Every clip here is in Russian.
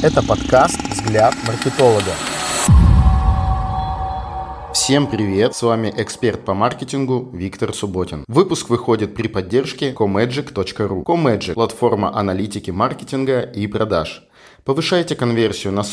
Это подкаст «Взгляд маркетолога». Всем привет, с вами эксперт по маркетингу Виктор Субботин. Выпуск выходит при поддержке comagic.ru. Comagic – платформа аналитики маркетинга и продаж. Повышайте конверсию на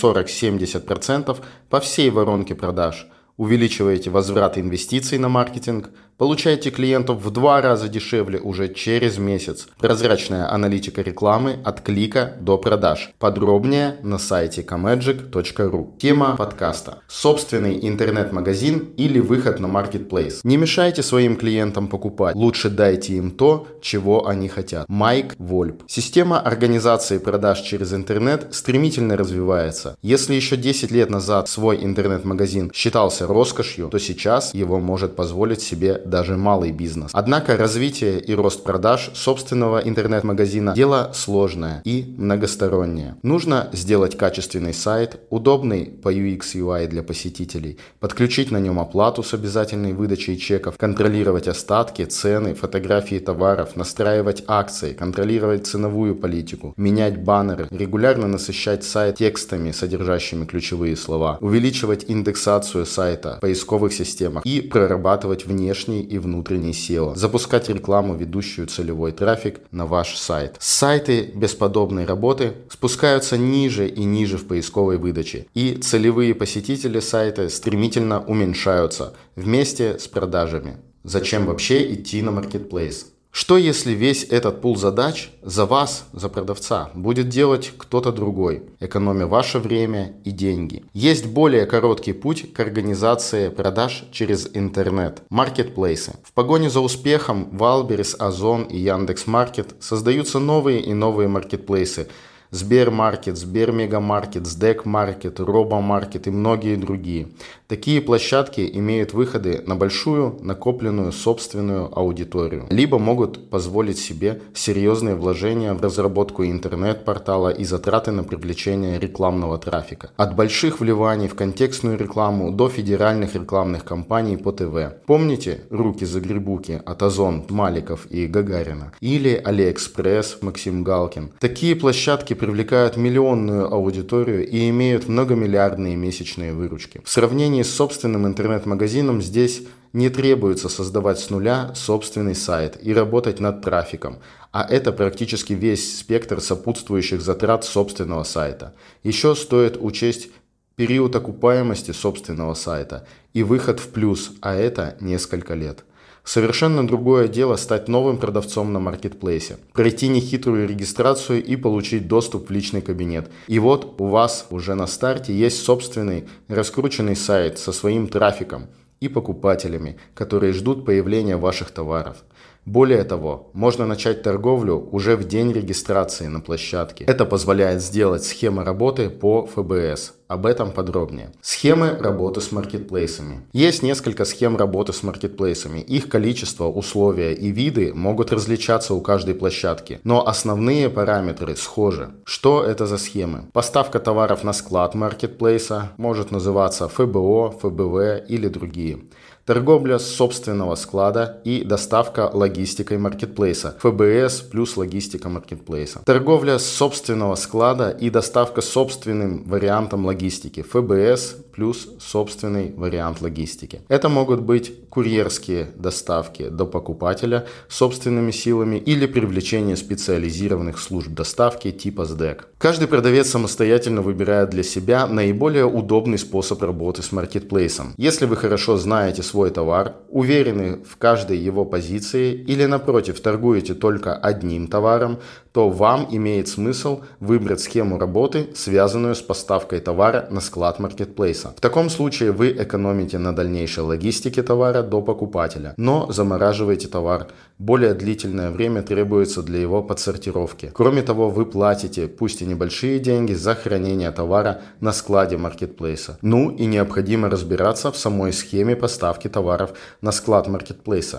40-70% по всей воронке продаж. Увеличиваете возврат инвестиций на маркетинг, получаете клиентов в 2 раза дешевле уже через месяц. Прозрачная аналитика рекламы от клика до продаж. Подробнее на сайте comagic.ru. Тема подкаста: собственный интернет-магазин или выход на маркетплейс. Не мешайте своим клиентам покупать, лучше дайте им то, чего они хотят. Майк Вольп. Система организации продаж через интернет стремительно развивается. Если еще 10 лет назад свой интернет-магазин считался роскошью, то сейчас его может позволить себе даже малый бизнес. Однако развитие и рост продаж собственного интернет-магазина – дело сложное и многостороннее. Нужно сделать качественный сайт, удобный по UX/UI для посетителей, подключить на нем оплату с обязательной выдачей чеков, контролировать остатки, цены, фотографии товаров, настраивать акции, контролировать ценовую политику, менять баннеры, регулярно насыщать сайт текстами, содержащими ключевые слова, увеличивать индексацию сайта в поисковых системах и прорабатывать внешний и внутренний SEO, запускать рекламу, ведущую целевой трафик на ваш сайт. Сайты без подобной работы спускаются ниже и ниже в поисковой выдаче, и целевые посетители сайта стремительно уменьшаются вместе с продажами. Зачем вообще идти на маркетплейс? Что если весь этот пул задач за вас, за продавца, будет делать кто-то другой, экономя ваше время и деньги? Есть более короткий путь к организации продаж через интернет – маркетплейсы. В погоне за успехом Wildberries, Озон и Яндекс.Маркет создаются новые и новые маркетплейсы – Сбермаркет, Сбермегамаркет, Сдэк.Маркет, Робомаркет и многие другие. Такие площадки имеют выходы на большую накопленную собственную аудиторию, либо могут позволить себе серьезные вложения в разработку интернет-портала и затраты на привлечение рекламного трафика. От больших вливаний в контекстную рекламу до федеральных рекламных кампаний по ТВ. Помните «Руки-загребуки» от Озон, Маликов и Гагарина? Или Алиэкспресс, Максим Галкин? Такие площадки привлекают миллионную аудиторию и имеют многомиллиардные месячные выручки. В сравнении с собственным интернет-магазином здесь не требуется создавать с нуля собственный сайт и работать над трафиком, а это практически весь спектр сопутствующих затрат собственного сайта. Еще стоит учесть период окупаемости собственного сайта и выход в плюс, а это несколько лет. Совершенно другое дело стать новым продавцом на маркетплейсе, пройти нехитрую регистрацию и получить доступ в личный кабинет. И вот у вас уже на старте есть собственный раскрученный сайт со своим трафиком и покупателями, которые ждут появления ваших товаров. Более того, можно начать торговлю уже в день регистрации на площадке. Это позволяет сделать схемы работы по ФБС. Об этом подробнее. Схемы работы с маркетплейсами. Есть несколько схем работы с маркетплейсами. Их количество, условия и виды могут различаться у каждой площадки, но основные параметры схожи. Что это за схемы? Поставка товаров на склад маркетплейса, может называться ФБО, ФБВ или другие. Торговля с собственного склада и доставка логистикой маркетплейса. ФБС плюс логистика маркетплейса. Торговля с собственного склада и доставка собственным вариантом логистики. ФБС плюс собственный вариант логистики. Это могут быть курьерские доставки до покупателя собственными силами или привлечение специализированных служб доставки типа СДЭК. Каждый продавец самостоятельно выбирает для себя наиболее удобный способ работы с маркетплейсом. Если вы хорошо знаете свой товар, уверены в каждой его позиции или, напротив, торгуете только одним товаром, то вам имеет смысл выбрать схему работы, связанную с поставкой товара на склад маркетплейса. В таком случае вы экономите на дальнейшей логистике товара до покупателя, но замораживаете товар. Более длительное время требуется для его подсортировки. Кроме того, вы платите, пусть и небольшие деньги, за хранение товара на складе маркетплейса. Ну и необходимо разбираться в самой схеме поставки товаров на склад маркетплейса.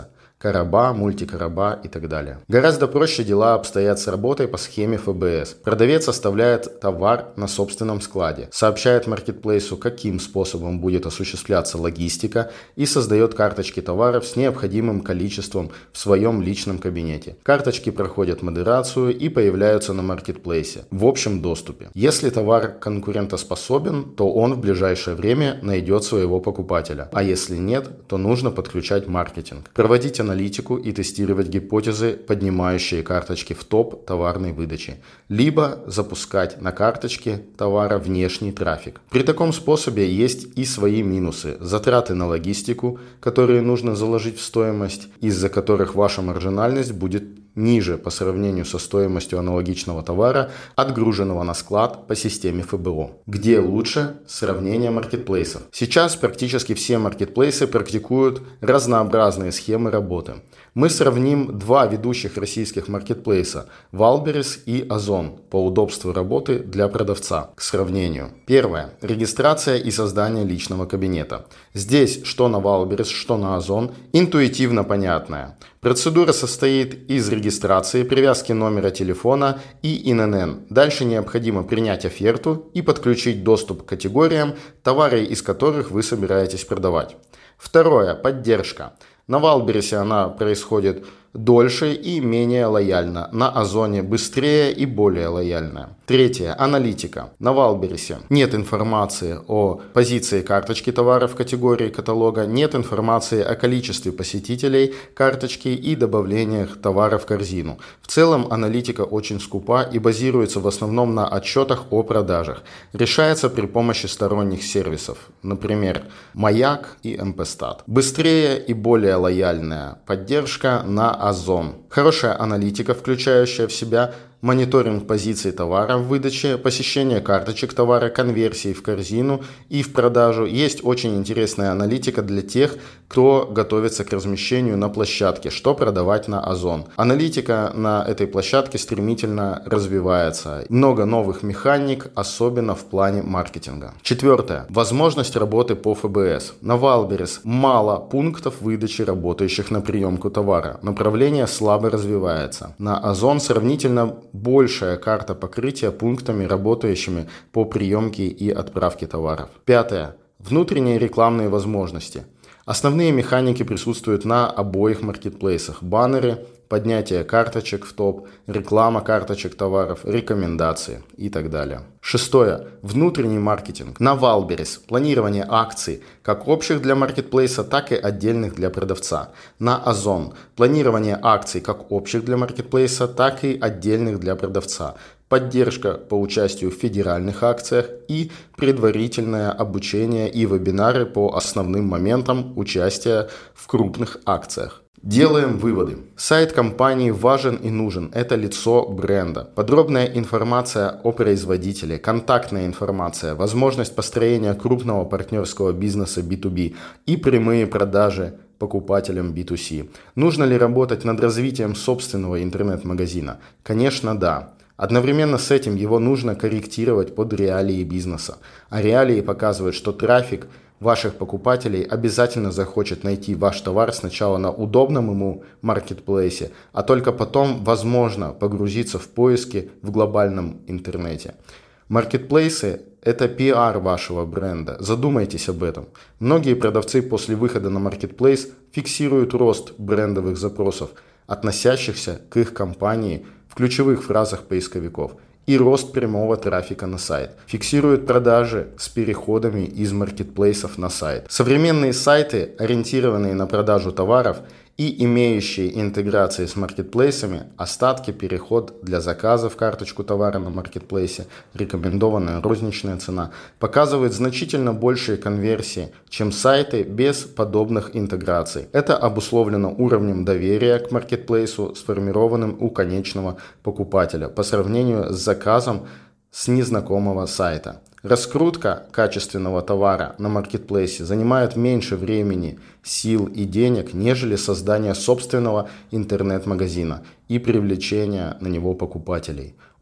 короба, мультикороба и так далее. Гораздо проще дела обстоят с работой по схеме ФБС. Продавец оставляет товар на собственном складе, сообщает маркетплейсу, каким способом будет осуществляться логистика и создает карточки товаров с необходимым количеством в своем личном кабинете. Карточки проходят модерацию и появляются на маркетплейсе в общем доступе. Если товар конкурентоспособен, то он в ближайшее время найдет своего покупателя, а если нет, то нужно подключать маркетинг, проводить аналитику и тестировать гипотезы, поднимающие карточки в топ товарной выдачи, либо запускать на карточке товара внешний трафик. При таком способе есть и свои минусы: затраты на логистику, которые нужно заложить в стоимость, из-за которых ваша маржинальность будет ниже по сравнению со стоимостью аналогичного товара, отгруженного на склад по системе ФБО. Где лучше? Сравнение маркетплейсов. Сейчас практически все маркетплейсы практикуют разнообразные схемы работы. Мы сравним два ведущих российских маркетплейса – Wildberries и Озон по удобству работы для продавца. К сравнению. Первое. Регистрация и создание личного кабинета. Здесь, что на Wildberries, что на Озон, интуитивно понятная. Процедура состоит из регистрации, привязки номера телефона и ИНН. Дальше необходимо принять оферту и подключить доступ к категориям, товары из которых вы собираетесь продавать. Второе. Поддержка. На Wildberries она происходит дольше и менее лояльно. На Озоне быстрее и более лояльно. Третье. Аналитика. На Wildberries нет информации о позиции карточки товара в категории каталога, нет информации о количестве посетителей карточки и добавлениях товара в корзину. В целом аналитика очень скупа и базируется в основном на отчетах о продажах. Решается при помощи сторонних сервисов, например, Маяк и МПстат. Быстрее и более лояльная поддержка на Озон. Хорошая аналитика, включающая в себя мониторинг позиций товара в выдаче, посещение карточек товара, конверсии в корзину и в продажу. Есть очень интересная аналитика для тех, кто готовится к размещению на площадке, что продавать на Озон. Аналитика на этой площадке стремительно развивается. Много новых механик, особенно в плане маркетинга. Четвертое. Возможность работы по ФБС. На Wildberries мало пунктов выдачи, работающих на приемку товара. Направление слабо развивается. На Озон сравнительно большая карта покрытия пунктами, работающими по приемке и отправке товаров. Пятое. Внутренние рекламные возможности. Основные механики присутствуют на обоих маркетплейсах. Баннеры, поднятие карточек в топ, реклама карточек товаров, рекомендации и так далее. Шестое. Внутренний маркетинг. На Wildberries планирование акций, как общих для маркетплейса, так и отдельных для продавца. На Озон планирование акций, как общих для маркетплейса, так и отдельных для продавца. Поддержка по участию в федеральных акциях и предварительное обучение и вебинары по основным моментам участия в крупных акциях. Делаем выводы. Сайт компании важен и нужен. Это лицо бренда. Подробная информация о производителе, контактная информация, возможность построения крупного партнерского бизнеса B2B и прямые продажи покупателям B2C. Нужно ли работать над развитием собственного интернет-магазина? Конечно, да. Одновременно с этим его нужно корректировать под реалии бизнеса. А реалии показывают, что трафик ваших покупателей обязательно захочет найти ваш товар сначала на удобном ему маркетплейсе, а только потом, возможно, погрузиться в поиски в глобальном интернете. Маркетплейсы – это пиар вашего бренда. Задумайтесь об этом. Многие продавцы после выхода на маркетплейс фиксируют рост брендовых запросов, относящихся к их компании в ключевых фразах поисковиков, и рост прямого трафика на сайт. Фиксируют продажи с переходами из маркетплейсов на сайт. Современные сайты, ориентированные на продажу товаров и имеющие интеграции с маркетплейсами, остатки, переход для заказа в карточку товара на маркетплейсе, рекомендованная розничная цена, показывают значительно большие конверсии, чем сайты без подобных интеграций. Это обусловлено уровнем доверия к маркетплейсу, сформированным у конечного покупателя по сравнению с заказом с незнакомого сайта. Раскрутка качественного товара на маркетплейсе занимает меньше времени, сил и денег, нежели создание собственного интернет-магазина и привлечение на него покупателей.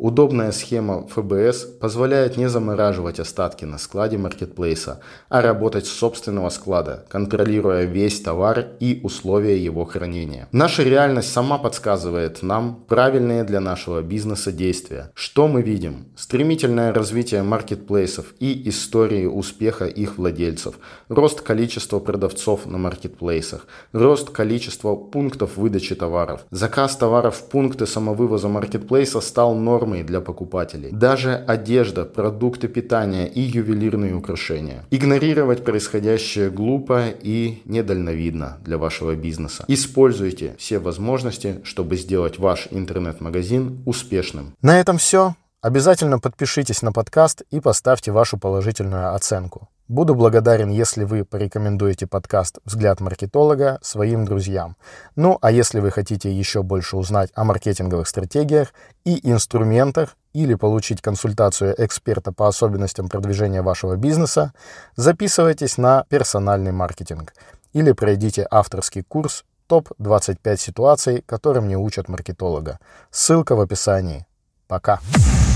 Удобная схема ФБС позволяет не замораживать остатки на складе маркетплейса, а работать с собственного склада, контролируя весь товар и условия его хранения. Наша реальность сама подсказывает нам правильные для нашего бизнеса действия. Что мы видим? Стремительное развитие маркетплейсов и истории успеха их владельцев, рост количества продавцов на маркетплейсах, рост количества пунктов выдачи товаров. Заказ товаров в пункты самовывоза маркетплейса стал нормой для покупателей. Даже одежда, продукты питания и ювелирные украшения. Игнорировать происходящее глупо и недальновидно для вашего бизнеса. Используйте все возможности, чтобы сделать ваш интернет-магазин успешным. На этом все. Обязательно подпишитесь на подкаст и поставьте вашу положительную оценку. Буду благодарен, если вы порекомендуете подкаст «Взгляд маркетолога» своим друзьям. Ну, а если вы хотите еще больше узнать о маркетинговых стратегиях и инструментах или получить консультацию эксперта по особенностям продвижения вашего бизнеса, записывайтесь на персональный маркетинг или пройдите авторский курс «Топ-25 ситуаций, которым не учат маркетолога». Ссылка в описании. Пока.